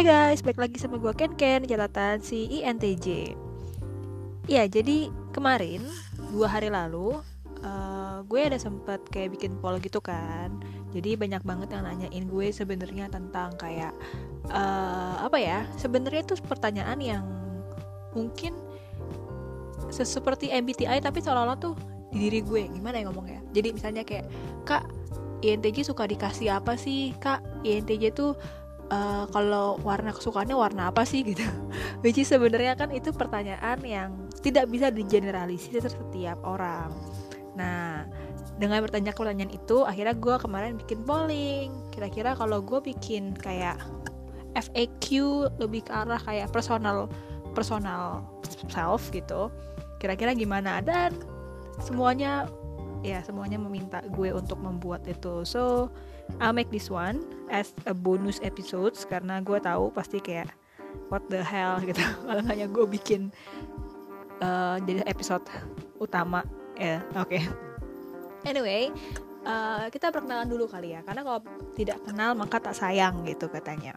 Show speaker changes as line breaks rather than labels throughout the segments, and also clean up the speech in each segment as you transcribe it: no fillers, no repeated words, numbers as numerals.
Hai guys, balik lagi sama gue Ken catatan si INTJ. Ya, jadi kemarin 2 hari lalu gue ada sempet kayak bikin poll gitu kan. Jadi banyak banget yang nanyain gue sebenarnya tentang kayak sebenarnya tuh pertanyaan yang mungkin seperti MBTI tapi seolah-olah tuh di diri gue. Gimana ya ngomongnya? Jadi misalnya kayak, Kak, INTJ suka dikasih apa sih? Kak, INTJ tuh kalau warna kesukaannya warna apa sih gitu. Which is sebenarnya kan itu pertanyaan yang tidak bisa digeneralisir setiap orang. Nah, dengan pertanyaan itu akhirnya gue kemarin bikin polling. Kira-kira kalau gue bikin kayak FAQ lebih ke arah kayak personal self gitu, kira-kira gimana, dan semuanya meminta gue untuk membuat itu. So I'll make this one as a bonus episodes karena gue tahu pasti kayak what the hell gitu kalau hanya gue bikin jadi episode utama ya. Oke. Anyway, kita perkenalan dulu kali ya, karena kalau tidak kenal maka tak sayang gitu katanya.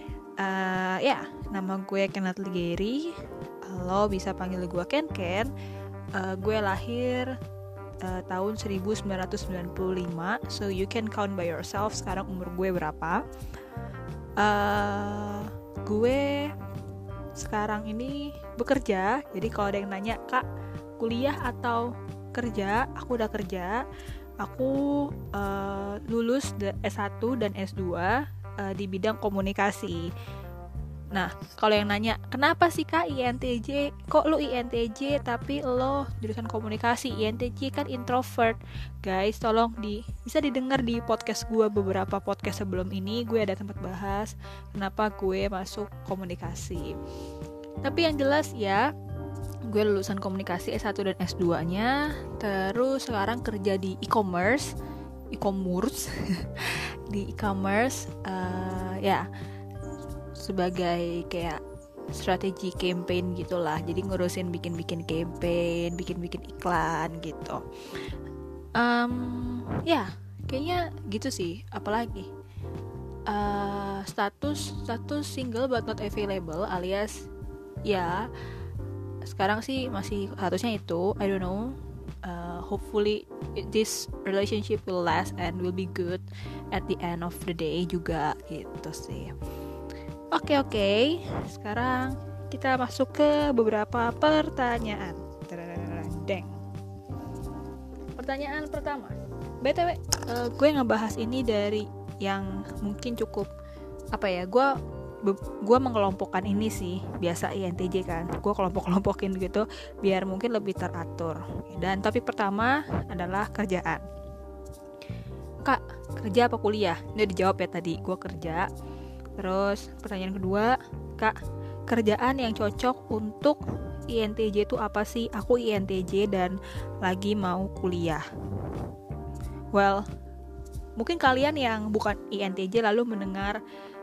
Nama gue Kenneth Ligeri. Lo bisa panggil gue Ken. Gue lahir tahun 1995, so you can count by yourself sekarang umur gue berapa. Gue sekarang ini bekerja, jadi kalau ada yang nanya, Kak, kuliah atau kerja, aku udah kerja. Aku lulus S1 dan S2 di bidang komunikasi. Nah, kalau yang nanya, kenapa sih Kak INTJ? Kok lu INTJ tapi lo jurusan komunikasi? INTJ kan introvert. Guys, tolong bisa didengar di podcast gue, beberapa podcast sebelum ini gue ada tempat bahas kenapa gue masuk komunikasi. Tapi yang jelas ya, gue lulusan komunikasi S1 dan S2-nya, terus sekarang kerja di e-commerce di e-commerce sebagai kayak strategi campaign gitulah. Jadi ngurusin bikin campaign, bikin iklan gitu. Kayaknya gitu sih. Apalagi status single but not available, alias ya sekarang sih masih statusnya itu, I don't know. Hopefully this relationship will last and will be good at the end of the day juga gitu sih. Oke. Sekarang kita masuk ke beberapa pertanyaan. Pertanyaan pertama. BTW, gue ngebahas ini dari yang mungkin cukup gue mengelompokkan ini sih, biasa INTJ kan, gue kelompok-kelompokin gitu biar mungkin lebih teratur. Dan topik pertama adalah kerjaan. Kak, kerja apa kuliah? Udah dijawab ya tadi, gue kerja. Terus pertanyaan kedua, Kak, kerjaan yang cocok untuk INTJ itu apa sih? Aku INTJ dan lagi mau kuliah. Well, mungkin kalian yang bukan INTJ lalu mendengar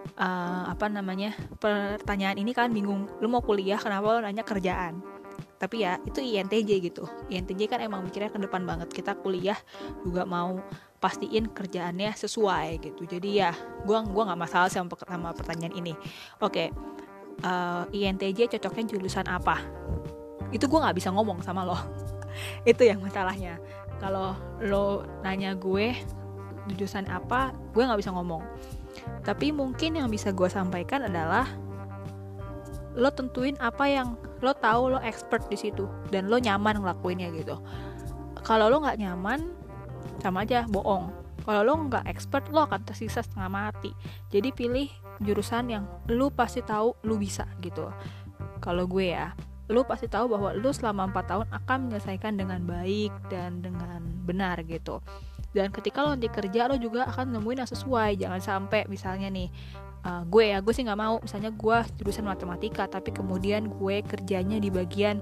pertanyaan ini kan bingung, lu mau kuliah kenapa lu nanya kerjaan? Tapi ya itu INTJ gitu. INTJ kan emang mikirnya ke depan banget. Kita kuliah juga mau pastiin kerjaannya sesuai gitu. Jadi ya gue nggak masalah sama pertanyaan ini. Oke. INTJ cocoknya jurusan apa? Itu gue nggak bisa ngomong sama lo. Itu yang masalahnya. Kalau lo nanya gue jurusan apa, gue nggak bisa ngomong. Tapi mungkin yang bisa gue sampaikan adalah lo tentuin apa yang lo tahu, lo expert di situ dan lo nyaman ngelakuinnya gitu. Kalau lo nggak nyaman, sama aja bohong. Kalau lo nggak expert, lo akan tersisa setengah mati. Jadi pilih jurusan yang lo pasti tahu lo bisa gitu. Kalau gue ya, lo pasti tahu bahwa lo selama 4 tahun akan menyelesaikan dengan baik dan dengan benar gitu. Dan ketika lo nanti kerja, lo juga akan nemuin yang sesuai. Jangan sampai misalnya nih, gue sih nggak mau misalnya gue jurusan matematika tapi kemudian gue kerjanya di bagian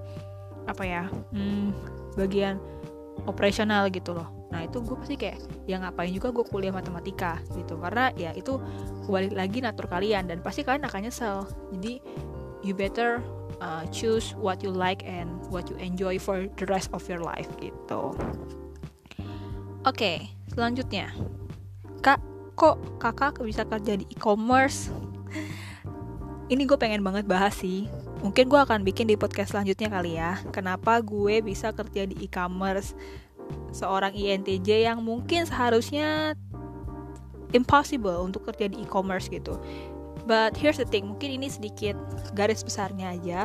bagian operasional gitu loh. Nah itu gue pasti kayak, ya ngapain juga gue kuliah matematika gitu, karena ya itu balik lagi natur kalian dan pasti kalian akan nyesel. Jadi you better choose what you like and what you enjoy for the rest of your life gitu. Oke, selanjutnya, Kak, kok kakak bisa kerja di e-commerce? ini gue pengen banget bahas sih. Mungkin gue akan bikin di podcast selanjutnya kali ya. Kenapa gue bisa kerja di e-commerce, seorang INTJ yang mungkin seharusnya impossible untuk kerja di e-commerce gitu. But here's the thing, mungkin ini sedikit garis besarnya aja.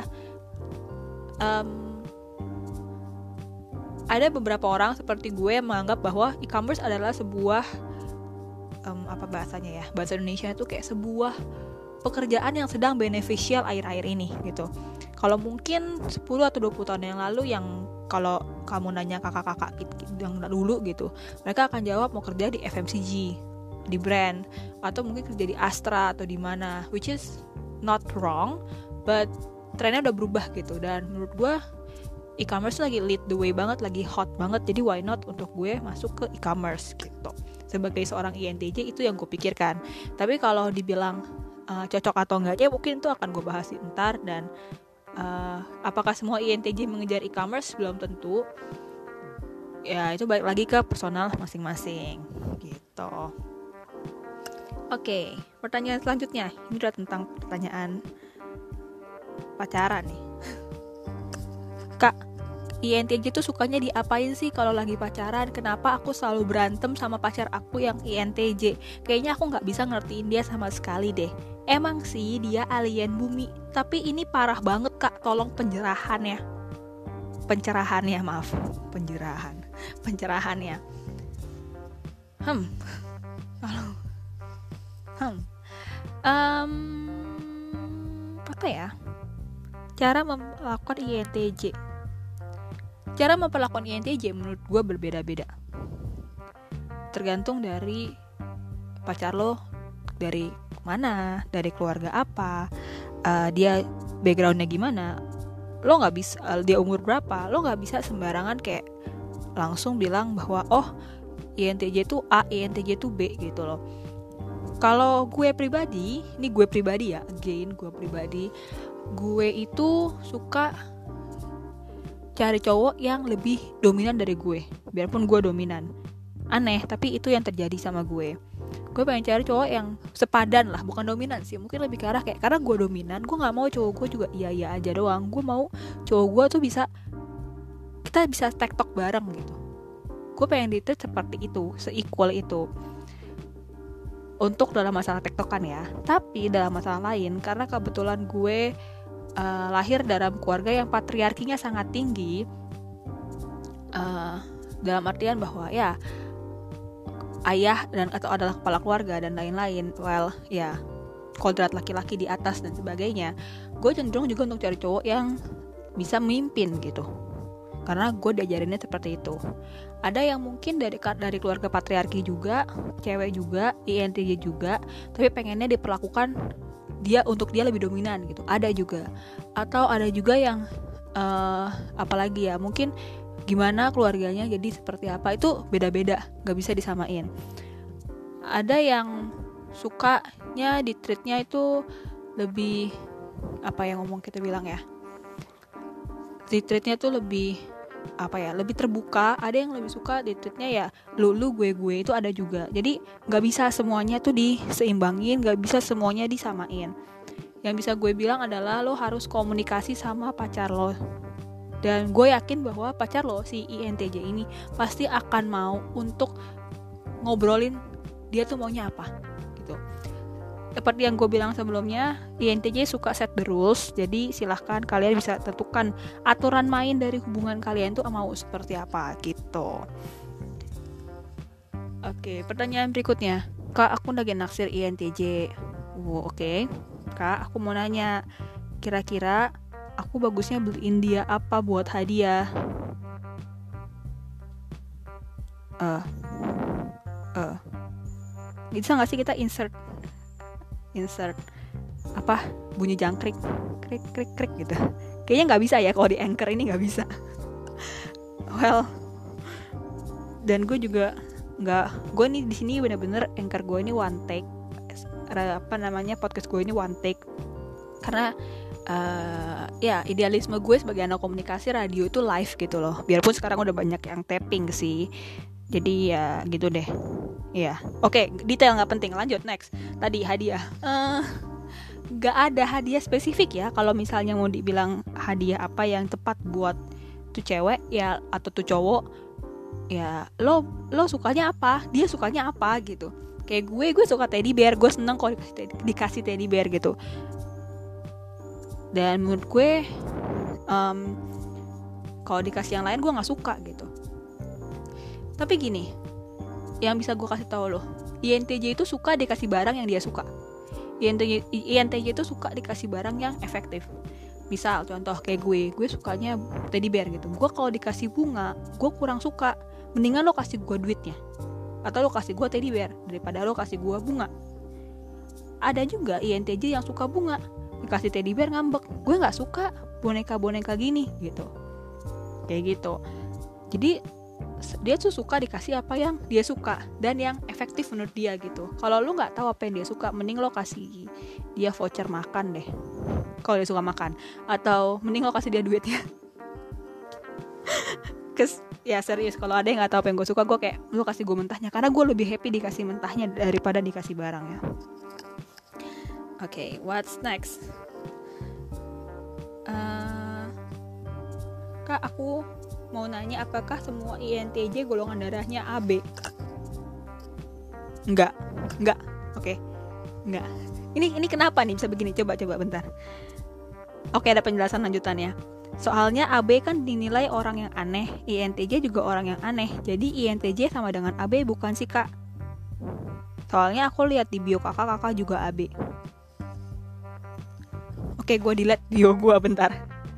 Ada beberapa orang seperti gue yang menganggap bahwa e-commerce adalah sebuah apa bahasanya ya, bahasa Indonesia itu kayak sebuah pekerjaan yang sedang beneficial akhir-akhir ini gitu. Kalau mungkin 10 atau 20 tahun yang lalu, yang kalau kamu nanya kakak-kakak yang dulu gitu, mereka akan jawab mau kerja di FMCG, di brand, atau mungkin kerja di Astra atau di mana, which is not wrong, but trennya udah berubah gitu. Dan menurut gue e-commerce lagi lead the way banget, lagi hot banget, jadi why not untuk gue masuk ke e-commerce gitu. Sebagai seorang INTJ itu yang gue pikirkan. Tapi kalau dibilang cocok atau enggaknya mungkin itu akan gue bahas ntar. Dan apakah semua INTJ mengejar e-commerce? Belum tentu. Ya itu balik lagi ke personal masing-masing gitu. Oke, pertanyaan selanjutnya. Ini udah tentang pertanyaan pacaran nih. Kak, INTJ tuh sukanya diapain sih kalau lagi pacaran? Kenapa aku selalu berantem sama pacar aku yang INTJ? Kayaknya aku gak bisa ngertiin dia sama sekali deh. Emang sih dia alien bumi, tapi ini parah banget kak, tolong pencerahannya. Pencerahannya. Apa ya? Cara melakukan INTJ. Cara memperlakukan INTJ menurut gue berbeda-beda. Tergantung dari pacar lo, dari mana, dari keluarga apa, dia backgroundnya gimana. Lo gak bisa, dia umur berapa, lo gak bisa sembarangan kayak langsung bilang bahwa oh INTJ itu A, INTJ itu B gitu loh. Kalau gue pribadi, ini gue pribadi ya, gue itu suka cari cowok yang lebih dominan dari gue, biarpun gue dominan. Aneh, tapi itu yang terjadi sama gue. Gue pengen cari cowok yang sepadan lah, bukan dominan sih, mungkin lebih ke arah kayak, karena gue dominan, gue gak mau cowok gue juga iya aja doang. Gue mau cowok gue tuh kita bisa tektok bareng gitu. Gue pengen di-treat seperti itu, se-equal itu. Untuk dalam masalah tektokan ya. Tapi dalam masalah lain, karena kebetulan gue lahir dalam keluarga yang patriarkinya sangat tinggi, dalam artian bahwa ya ayah dan atau adalah kepala keluarga dan lain-lain, ya kodrat laki-laki di atas dan sebagainya. Gue cenderung juga untuk cari cowok yang bisa memimpin gitu, karena gue diajarinnya seperti itu. Ada yang mungkin dari keluarga patriarki juga, cewek juga, INTJ juga, tapi pengennya diperlakukan untuk dia lebih dominan gitu. Ada juga. Atau ada juga yang apalagi ya, mungkin gimana keluarganya jadi seperti apa, itu beda-beda, gak bisa disamain. Ada yang sukanya di treatnya itu lebih kita bilang ya, di treatnya tuh lebih lebih terbuka. Ada yang lebih suka di treatnya ya lu gue itu ada juga. Jadi gak bisa semuanya tuh diseimbangin, gak bisa semuanya disamain. Yang bisa gue bilang adalah lo harus komunikasi sama pacar lo. Dan gue yakin bahwa pacar lo, si INTJ ini, pasti akan mau untuk ngobrolin dia tuh maunya apa gitu. Seperti yang gue bilang sebelumnya, INTJ suka set the rules. Jadi silahkan kalian bisa tentukan aturan main dari hubungan kalian tuh mau seperti apa gitu. Oke, pertanyaan berikutnya. Kak, aku lagi naksir INTJ. Oke. Kak, aku mau nanya, kira-kira aku bagusnya beliin dia apa buat hadiah? Bisa gak sih kita insert bunyi jangkrik, krik gitu? Kayaknya nggak bisa ya, kalau di Anchor ini nggak bisa. Dan gue juga nggak, gue nih di sini bener-bener Anchor gue ini one take, podcast gue ini one take, karena ya idealisme gue sebagai anak komunikasi, radio itu live gitu loh. Biarpun sekarang udah banyak yang tapping sih. Jadi ya gitu deh. Iya. Oke, detail nggak penting. Lanjut next. Tadi hadiah. nggak ada hadiah spesifik ya. Kalau misalnya mau dibilang hadiah apa yang tepat buat tuh cewek ya atau tuh cowok, ya lo sukanya apa, dia sukanya apa gitu. Kayak gue suka teddy bear, gue seneng kalau dikasih teddy bear gitu. Dan menurut gue kalau dikasih yang lain gue nggak suka gitu. Tapi gini, yang bisa gue kasih tahu lo, INTJ itu suka dikasih barang yang dia suka. INTJ itu suka dikasih barang yang efektif. Misal contoh kayak gue sukanya teddy bear gitu. Gue kalau dikasih bunga, gue kurang suka. Mendingan lo kasih gue duitnya, atau lo kasih gue teddy bear daripada lo kasih gue bunga. Ada juga INTJ yang suka bunga, dikasih teddy bear ngambek. Gue nggak suka boneka gini gitu. Kayak gitu. Jadi dia tuh suka dikasih apa yang dia suka dan yang efektif menurut dia gitu. Kalau lu nggak tahu apa yang dia suka, mending lo kasih dia voucher makan deh. Kalau dia suka makan, atau mending lo kasih dia duitnya. Ya serius, kalau ada yang nggak tahu apa yang gue suka, gue kayak lo kasih gue mentahnya, karena gue lebih happy dikasih mentahnya daripada dikasih barang ya. Okay, what's next? Kak, aku mau nanya, apakah semua INTJ golongan darahnya AB? Enggak. Oke. Enggak. Ini kenapa nih bisa begini? Coba bentar. Oke, ada penjelasan lanjutannya. Soalnya AB kan dinilai orang yang aneh, INTJ juga orang yang aneh. Jadi INTJ sama dengan AB bukan sih, Kak? Soalnya aku lihat di bio kakak juga AB. Oke, gue delete bio gue bentar.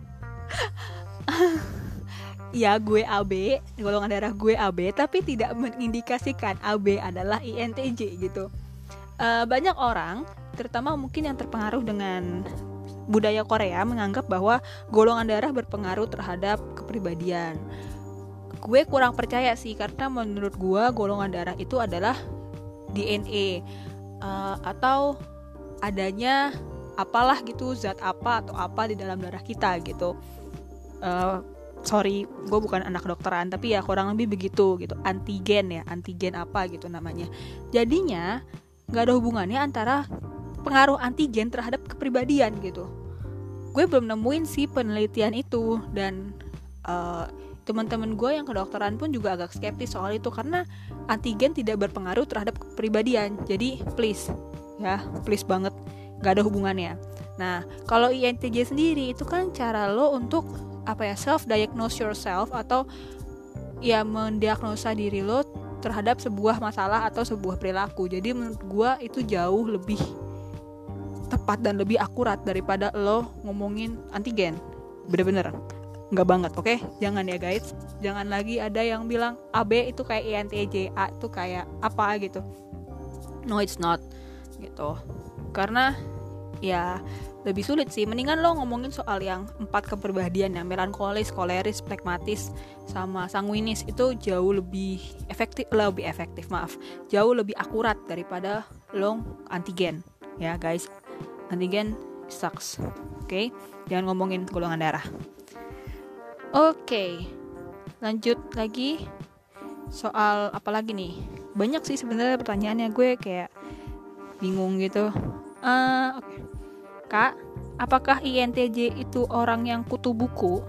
Ya, gue AB, golongan darah gue AB, tapi tidak mengindikasikan AB adalah INTJ gitu. Banyak orang, terutama mungkin yang terpengaruh dengan budaya Korea, menganggap bahwa golongan darah berpengaruh terhadap kepribadian. Gue kurang percaya sih, karena menurut gue golongan darah itu adalah DNA atau adanya apalah gitu, zat apa atau apa di dalam darah kita gitu. Sorry, gue bukan anak kedokteran, tapi ya kurang lebih begitu gitu. Antigen apa gitu namanya. Jadinya gak ada hubungannya antara pengaruh antigen terhadap kepribadian gitu. Gue belum nemuin sih penelitian itu, dan teman-teman gue yang kedokteran pun juga agak skeptis soal itu, karena antigen tidak berpengaruh terhadap kepribadian. Jadi please banget, gak ada hubungannya. Nah, kalau INTJ sendiri itu kan cara lo untuk self-diagnose yourself, atau ya mendiagnosa diri lo terhadap sebuah masalah atau sebuah perilaku. Jadi menurut gue itu jauh lebih tepat dan lebih akurat daripada lo ngomongin antigen. Bener-bener nggak banget, oke? Jangan ya guys, jangan lagi ada yang bilang AB itu kayak INTJ, A itu kayak apa gitu. No, it's not gitu. Karena ya lebih sulit sih. Mendingan lo ngomongin soal yang 4 kepribadian, yang melankolis, koleris, pragmatis, sama sanguinis. Itu jauh lebih efektif, jauh lebih akurat daripada lo antigen. Ya guys, antigen sucks. Oke, jangan ngomongin golongan darah. Oke, lanjut lagi soal apa lagi nih? Banyak sih sebenarnya pertanyaannya, gue kayak bingung gitu. Oke. Kak, apakah INTJ itu orang yang kutu buku?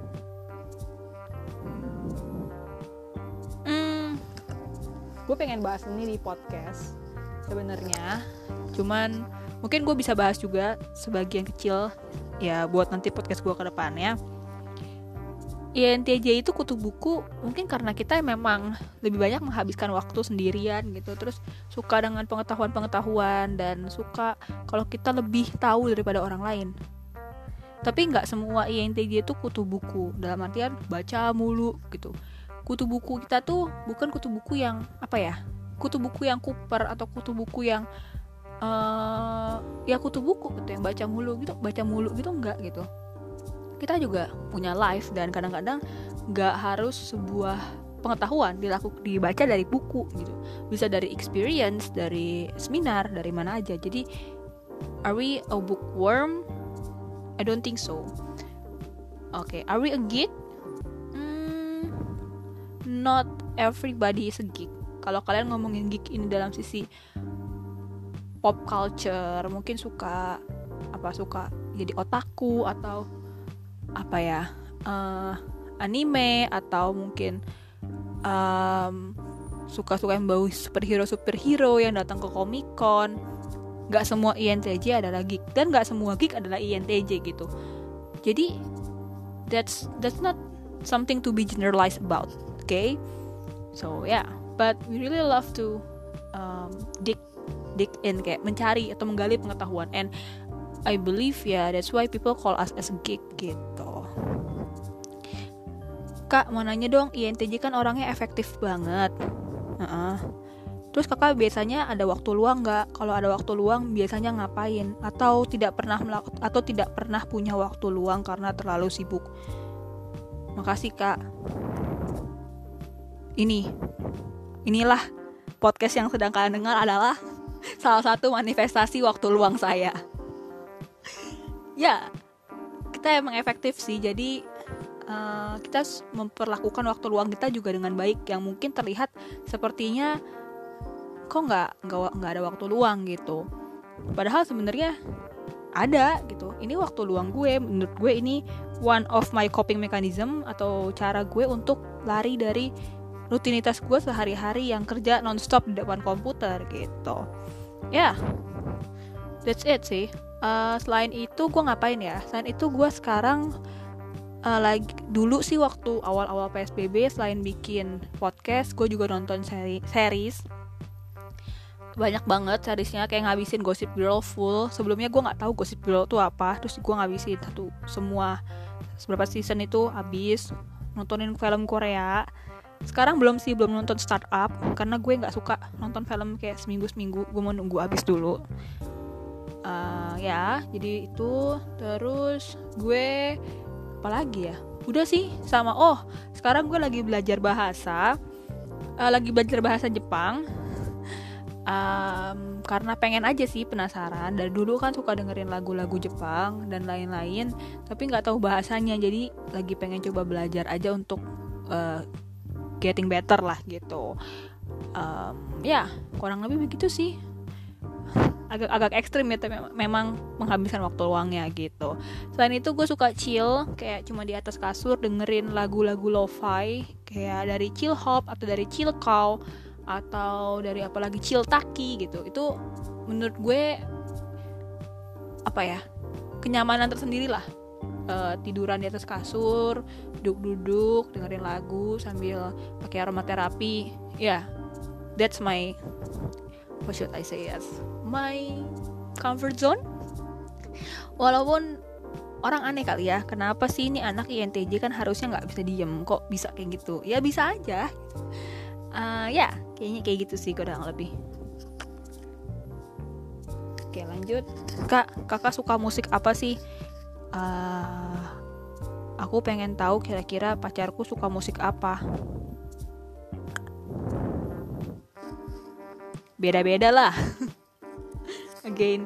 Gue pengen bahas ini di podcast sebenarnya. Cuman mungkin gue bisa bahas juga sebagian kecil ya buat nanti podcast gue ke depannya. INTJ itu kutu buku mungkin karena kita memang lebih banyak menghabiskan waktu sendirian gitu, terus suka dengan pengetahuan dan suka kalau kita lebih tahu daripada orang lain. Tapi nggak semua INTJ itu kutu buku dalam artian baca mulu gitu. Kutu buku kita tuh bukan kutu buku yang kutu buku yang kuper atau kutu buku yang kutu buku gitu yang baca mulu gitu enggak gitu. Kita juga punya life, dan kadang-kadang gak harus sebuah pengetahuan dibaca dari buku gitu. Bisa dari experience, dari seminar, dari mana aja. Jadi are we a bookworm? I don't think so. Okay, are we a geek? Not everybody is a geek. Kalau kalian ngomongin geek ini dalam sisi pop culture, mungkin suka suka jadi otaku atau anime, atau mungkin suka-suka yang bau superhero yang datang ke Comic Con. Gak semua INTJ adalah geek, dan gak semua geek adalah INTJ gitu. Jadi that's not something to be generalized about, okay? So yeah, but we really love to dig in, kayak mencari atau menggali pengetahuan, and I believe that's why people call us as a geek gitu. Kak, mau nanya dong, INTJ kan orangnya efektif banget. Terus kakak biasanya ada waktu luang nggak? Kalau ada waktu luang biasanya ngapain? Atau tidak pernah punya waktu luang karena terlalu sibuk? Makasih kak. Inilah podcast yang sedang kalian dengar adalah salah satu manifestasi waktu luang saya. Ya, kita emang efektif sih. Jadi kita memperlakukan waktu luang kita juga dengan baik, yang mungkin terlihat sepertinya kok nggak ada waktu luang gitu. Padahal sebenarnya ada gitu. Ini waktu luang gue. Menurut gue ini one of my coping mechanism, atau cara gue untuk lari dari rutinitas gue sehari-hari yang kerja nonstop di depan komputer gitu. Ya, that's it sih. Selain itu gue ngapain ya? Selain itu gue sekarang dulu sih waktu awal-awal PSBB, selain bikin podcast, gue juga nonton series. Banyak banget seriesnya, kayak ngabisin Gossip Girl full. Sebelumnya gue nggak tahu Gossip Girl itu apa, terus gue ngabisin semua beberapa season itu habis. Nontonin film Korea. Sekarang belum nonton Startup, karena gue nggak suka nonton film kayak seminggu, gue mau nunggu habis dulu. Jadi itu. Terus gue apalagi ya? Udah sih, sama sekarang gue lagi belajar bahasa Jepang. Karena pengen aja sih, penasaran. Dari dulu kan suka dengerin lagu-lagu Jepang dan lain-lain, tapi nggak tahu bahasanya, jadi lagi pengen coba belajar aja untuk getting better lah gitu. Kurang lebih begitu sih. Agak ekstrim ya, tapi memang menghabiskan waktu luangnya gitu. Selain itu gue suka chill, kayak cuma di atas kasur dengerin lagu-lagu lo-fi, kayak dari chill hop atau dari chill cow atau dari apalagi chill taki gitu. Itu menurut gue kenyamanan tersendiri lah. Tiduran di atas kasur, duduk dengerin lagu sambil pakai aromaterapi. That's my, what should I say, my comfort zone. Walaupun orang aneh kali ya, kenapa sih ini anak INTJ kan harusnya nggak bisa diem, kok bisa kayak gitu? Ya bisa aja. Kayaknya kayak gitu sih kurang lebih. Oke, lanjut. Kakak suka musik apa sih? Aku pengen tahu kira-kira pacarku suka musik apa. Beda-beda lah. Again,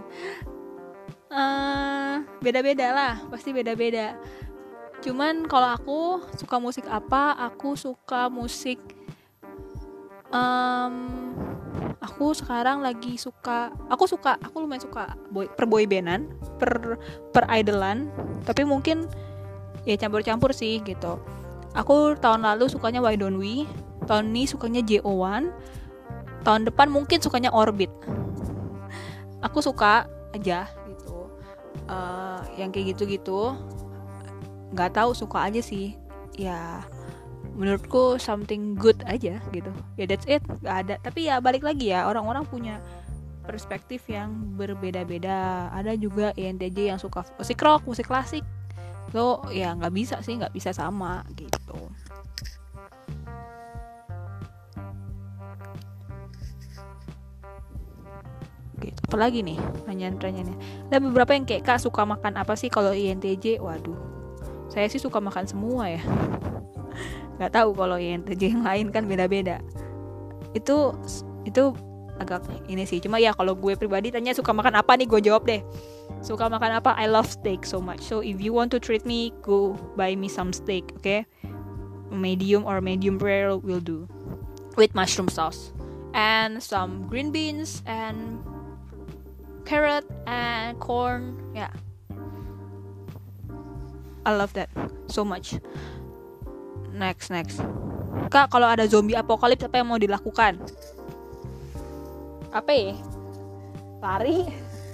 beda-beda lah, pasti beda-beda. Cuman kalau aku suka musik apa, aku suka musik. Aku sekarang lagi suka. Aku lumayan suka perboybandan, per idolan. Tapi mungkin ya campur-campur sih gitu. Aku tahun lalu sukanya Why Don't We, tahun ini sukanya JO1, tahun depan mungkin sukanya Orbit. Aku suka aja gitu, yang kayak gitu-gitu. Nggak tahu, suka aja sih. Ya menurutku something good aja gitu. Ya that's it, nggak ada. Tapi ya balik lagi ya, orang-orang punya perspektif yang berbeda-beda. Ada juga INTJ yang suka musik rock, musik klasik. So ya nggak bisa sama gitu. Gitu. Apalagi nih pertanyaannya. Ada beberapa yang kayak, Kak suka makan apa sih kalau INTJ? Waduh, saya sih suka makan semua ya. Nggak tahu kalau INTJ yang lain kan beda-beda. Itu agak ini sih. Cuma ya kalau gue pribadi tanya suka makan apa nih, gue jawab deh. Suka makan apa? I love steak so much. So if you want to treat me, go buy me some steak, okay? Medium or medium rare will do. With mushroom sauce and some green beans and carrot and corn. Yeah, I love that so much. Next. Kak, kalau ada zombie apokalips apa yang mau dilakukan? Apa ya? Lari?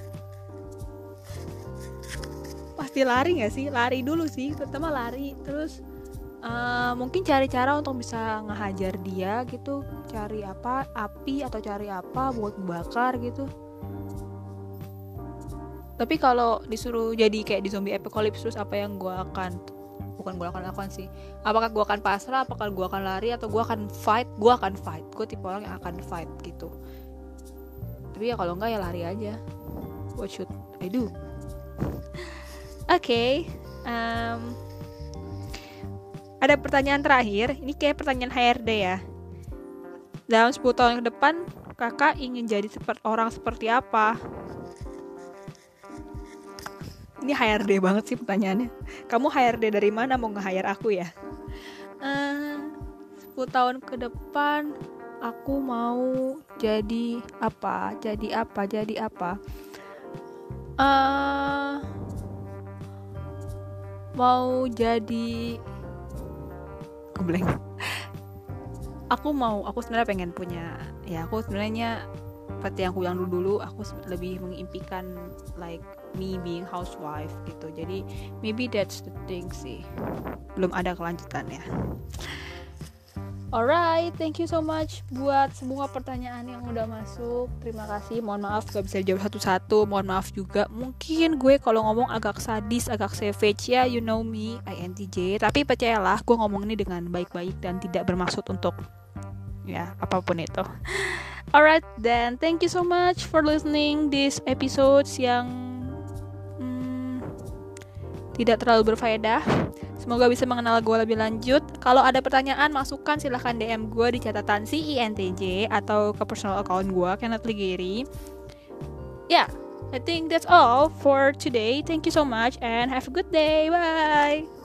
Pasti lari gak sih? Lari dulu sih, pertama lari. Terus mungkin cari cara untuk bisa ngehajar dia gitu. Cari apa? Api atau cari apa buat bakar gitu. Tapi kalau disuruh jadi kayak di zombie apocalypse, terus apa yang gue akan lakukan sih? Apakah gue akan pasrah, apakah gue akan lari, atau gue akan fight? Gue tipe orang yang akan fight gitu. Tapi ya kalau enggak ya lari aja. What should I do? Oke. Ada pertanyaan terakhir. Ini kayak pertanyaan HRD ya. Dalam 10 tahun ke depan, kakak ingin jadi orang seperti apa? Ini HRD banget sih pertanyaannya. Kamu HRD dari mana mau nge-hire aku ya? 10 tahun ke depan aku mau jadi apa? Mau jadi blank. Aku sebenarnya pengen punya, ya aku sebenarnya seperti yang aku bilang dulu, aku lebih mengimpikan like me being housewife gitu. Jadi maybe that's the thing sih. Belum ada kelanjutannya. Alright, thank you so much buat semua pertanyaan yang udah masuk. Terima kasih, mohon maaf gak bisa dijawab satu-satu. Mohon maaf juga, mungkin gue kalau ngomong agak sadis, agak savage ya, you know me, INTJ. Tapi percayalah, gue ngomong ini dengan baik-baik dan tidak bermaksud untuk ya apapun itu. Alright, then thank you so much for listening this episodes yang tidak terlalu berfaedah. Semoga bisa mengenal gue lebih lanjut. Kalau ada pertanyaan, masukan, silahkan DM gue di catatan CINTJ atau ke personal account gue, Kenneth Ligiri. Yeah, I think that's all for today. Thank you so much and have a good day. Bye.